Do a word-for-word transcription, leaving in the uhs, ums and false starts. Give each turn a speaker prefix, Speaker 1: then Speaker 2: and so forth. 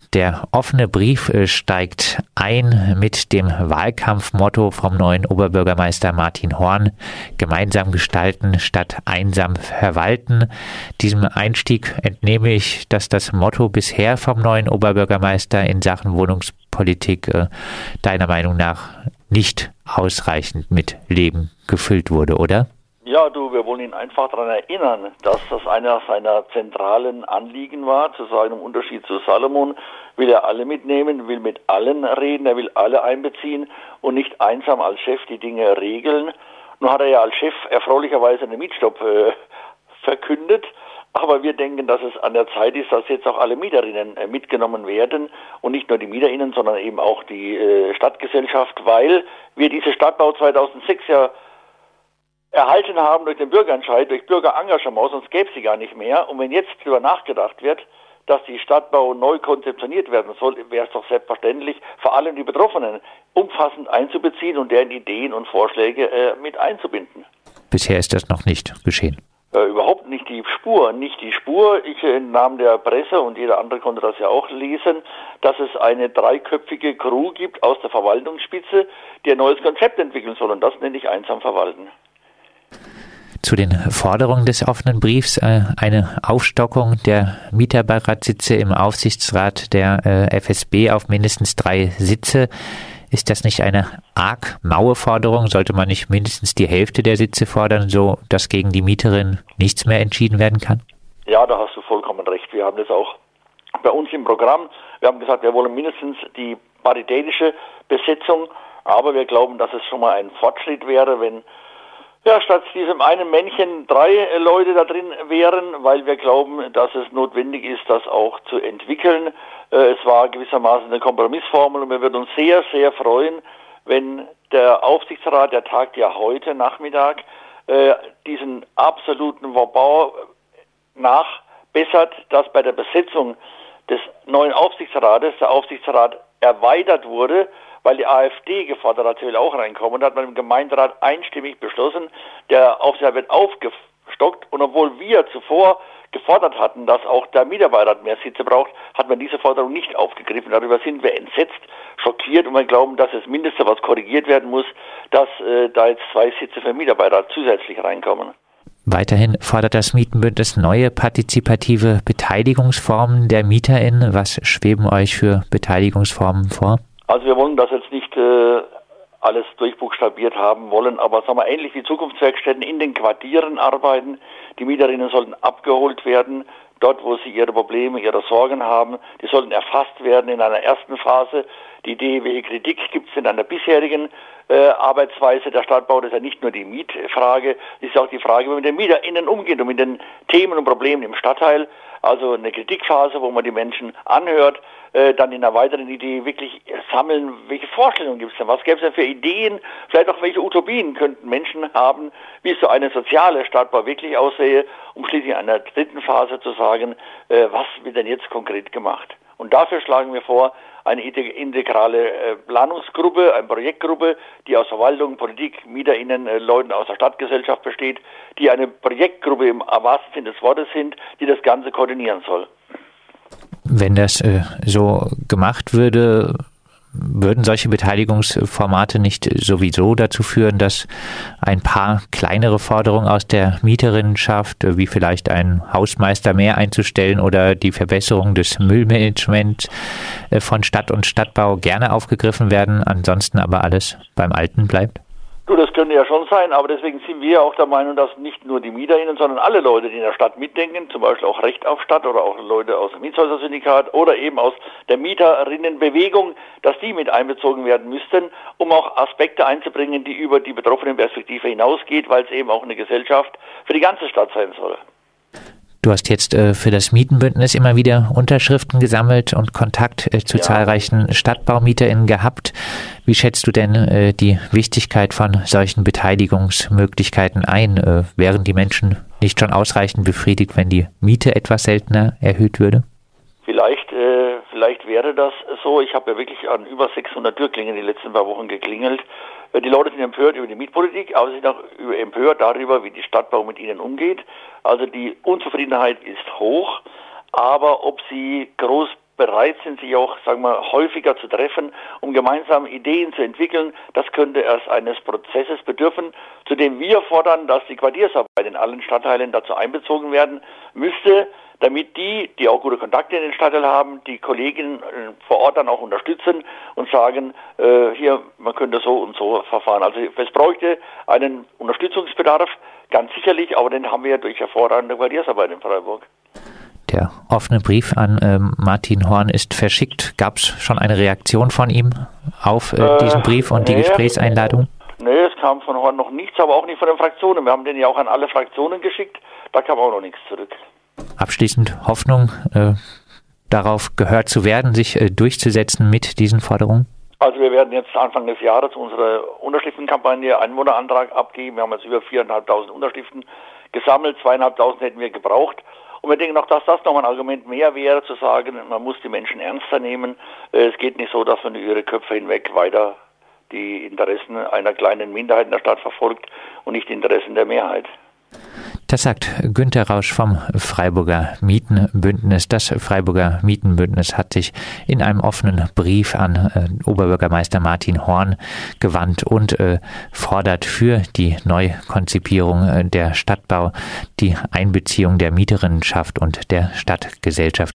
Speaker 1: Der offene Brief steigt ein mit dem Wahlkampfmotto vom neuen Oberbürgermeister Martin Horn: gemeinsam gestalten statt einsam verwalten. Diesem Einstieg entnehme ich, dass das Motto bisher vom neuen Oberbürgermeister in Sachen Wohnungspolitik äh, deiner Meinung nach nicht ausreichend mit Leben gefüllt wurde, oder?
Speaker 2: Ja, du, wir wollen ihn einfach daran erinnern, dass das einer seiner zentralen Anliegen war, zu sagen, im Unterschied zu Salomon will er alle mitnehmen, will mit allen reden, er will alle einbeziehen und nicht einsam als Chef die Dinge regeln. Nun hat er ja als Chef erfreulicherweise einen Mietstopp äh, verkündet, aber wir denken, dass es an der Zeit ist, dass jetzt auch alle Mieterinnen äh, mitgenommen werden und nicht nur die Mieterinnen, sondern eben auch die äh, Stadtgesellschaft, weil wir diese Stadtbau zweitausendsechs ja erhalten haben durch den Bürgerentscheid, durch Bürgerengagement, sonst gäbe es sie gar nicht mehr. Und wenn jetzt darüber nachgedacht wird, dass die Stadtbau neu konzeptioniert werden soll, wäre es doch selbstverständlich, vor allem die Betroffenen umfassend einzubeziehen und deren Ideen und Vorschläge äh, mit einzubinden.
Speaker 1: Bisher ist das noch nicht geschehen.
Speaker 2: Äh, überhaupt nicht die Spur, nicht die Spur. Ich äh, im Namen der Presse und jeder andere konnte das ja auch lesen, dass es eine dreiköpfige Crew gibt aus der Verwaltungsspitze, die ein neues Konzept entwickeln soll, und das nenne ich einsam verwalten.
Speaker 1: Zu den Forderungen des offenen Briefs äh, eine Aufstockung der Mieterberatssitze im Aufsichtsrat der äh, F S B auf mindestens drei Sitze. Ist das nicht eine arg maue Forderung? Sollte man nicht mindestens die Hälfte der Sitze fordern, so dass gegen die Mieterin nichts mehr entschieden werden kann?
Speaker 2: Ja, da hast du vollkommen recht. Wir haben das auch bei uns im Programm. Wir haben gesagt, wir wollen mindestens die paritätische Besetzung, aber wir glauben, dass es schon mal ein Fortschritt wäre, wenn ja, statt diesem einen Männchen drei äh, Leute da drin wären, weil wir glauben, dass es notwendig ist, das auch zu entwickeln. Äh, es war gewissermaßen eine Kompromissformel und wir würden uns sehr, sehr freuen, wenn der Aufsichtsrat, der tagt ja heute Nachmittag, äh, diesen absoluten Verbau nachbessert, dass bei der Besetzung des neuen Aufsichtsrates der Aufsichtsrat erweitert wurde, weil die AfD gefordert hat, will auch reinkommen. Da hat man im Gemeinderat einstimmig beschlossen, der Aufsichtsrat wird aufgestockt. Und obwohl wir zuvor gefordert hatten, dass auch der Mieterbeirat mehr Sitze braucht, hat man diese Forderung nicht aufgegriffen. Darüber sind wir entsetzt, schockiert und wir glauben, dass das Mindeste, was korrigiert werden muss, dass äh, da jetzt zwei Sitze für den Mieterbeirat zusätzlich reinkommen.
Speaker 1: Weiterhin fordert das Mietenbündnis neue partizipative Beteiligungsformen der MieterInnen. Was schweben euch für Beteiligungsformen vor?
Speaker 2: Also wir wollen das jetzt nicht äh, alles durchbuchstabiert haben wollen, aber sagen wir, ähnlich wie Zukunftswerkstätten in den Quartieren arbeiten. Die Mieterinnen sollten abgeholt werden, dort wo sie ihre Probleme, ihre Sorgen haben. Die sollten erfasst werden in einer ersten Phase. Die Idee, welche Kritik gibt es in einer bisherigen äh, Arbeitsweise der Stadtbau, das ist ja nicht nur die Mietfrage, das ist auch die Frage, wie man mit den MieterInnen umgeht und mit den Themen und Problemen im Stadtteil. Also eine Kritikphase, wo man die Menschen anhört, äh, dann in einer weiteren Idee wirklich sammeln, welche Vorstellungen gibt es denn, was gäbe es denn für Ideen, vielleicht auch welche Utopien könnten Menschen haben, wie so eine soziale Stadtbau wirklich aussähe, um schließlich in einer dritten Phase zu sagen, äh, was wird denn jetzt konkret gemacht. Und dafür schlagen wir vor, eine integrale äh, Planungsgruppe, eine Projektgruppe, die aus Verwaltung, Politik, MieterInnen, äh, Leuten aus der Stadtgesellschaft besteht, die eine Projektgruppe im wahrsten Sinne des Wortes sind, die das Ganze koordinieren soll.
Speaker 1: Wenn das äh, so gemacht würde, würden solche Beteiligungsformate nicht sowieso dazu führen, dass ein paar kleinere Forderungen aus der Mieterinnenschaft, wie vielleicht einen Hausmeister mehr einzustellen oder die Verbesserung des Müllmanagements von Stadt und Stadtbau gerne aufgegriffen werden, ansonsten aber alles beim Alten bleibt?
Speaker 2: Du, das könnte ja schon sein, aber deswegen sind wir auch der Meinung, dass nicht nur die MieterInnen, sondern alle Leute, die in der Stadt mitdenken, zum Beispiel auch Recht auf Stadt oder auch Leute aus dem Mietshäuser-Syndikat oder eben aus der Mieterinnenbewegung, dass die mit einbezogen werden müssten, um auch Aspekte einzubringen, die über die betroffenen Perspektive hinausgeht, weil es eben auch eine Gesellschaft für die ganze Stadt sein soll.
Speaker 1: Du hast jetzt äh, für das Mietenbündnis immer wieder Unterschriften gesammelt und Kontakt äh, zu ja. zahlreichen StadtbaumieterInnen gehabt. Wie schätzt du denn äh, die Wichtigkeit von solchen Beteiligungsmöglichkeiten ein? Äh, wären die Menschen nicht schon ausreichend befriedigt, wenn die Miete etwas seltener erhöht würde?
Speaker 2: Vielleicht, äh, vielleicht wäre das so. Ich habe ja wirklich an über sechshundert Türklingen die letzten paar Wochen geklingelt. Die Leute sind empört über die Mietpolitik, aber sie sind auch empört darüber, wie die Stadtbau mit ihnen umgeht. Also die Unzufriedenheit ist hoch, aber ob sie groß bereit sind, sich auch, sagen wir, häufiger zu treffen, um gemeinsam Ideen zu entwickeln. Das könnte erst eines Prozesses bedürfen, zu dem wir fordern, dass die Quartiersarbeit in allen Stadtteilen dazu einbezogen werden müsste, damit die, die auch gute Kontakte in den Stadtteil haben, die Kolleginnen vor Ort dann auch unterstützen und sagen, äh, hier, man könnte so und so verfahren. Also es bräuchte einen Unterstützungsbedarf, ganz sicherlich, aber den haben wir ja durch hervorragende Quartiersarbeit in Freiburg.
Speaker 1: Der offene Brief an ähm, Martin Horn ist verschickt. Gab es schon eine Reaktion von ihm auf äh, äh, diesen Brief und nee, die Gesprächseinladung?
Speaker 2: Nee, es kam von Horn noch nichts, aber auch nicht von den Fraktionen. Wir haben den ja auch an alle Fraktionen geschickt, da kam auch noch nichts zurück.
Speaker 1: Abschließend Hoffnung, äh, darauf gehört zu werden, sich äh, durchzusetzen mit diesen Forderungen?
Speaker 2: Also wir werden jetzt Anfang des Jahres unsere Unterschriftenkampagne Einwohnerantrag abgeben. Wir haben jetzt über viertausendfünfhundert Unterschriften gesammelt, zweieinhalbtausend hätten wir gebraucht. Und wir denken auch, dass das nochmal ein Argument mehr wäre, zu sagen, man muss die Menschen ernster nehmen. Es geht nicht so, dass man über ihre Köpfe hinweg weiter die Interessen einer kleinen Minderheit in der Stadt verfolgt und nicht die Interessen der Mehrheit.
Speaker 1: Das sagt Günter Rausch vom Freiburger Mietenbündnis. Das Freiburger Mietenbündnis hat sich in einem offenen Brief an äh, Oberbürgermeister Martin Horn gewandt und äh, fordert für die Neukonzipierung äh, der Stadtbau die Einbeziehung der Mieterinnenschaft und der Stadtgesellschaft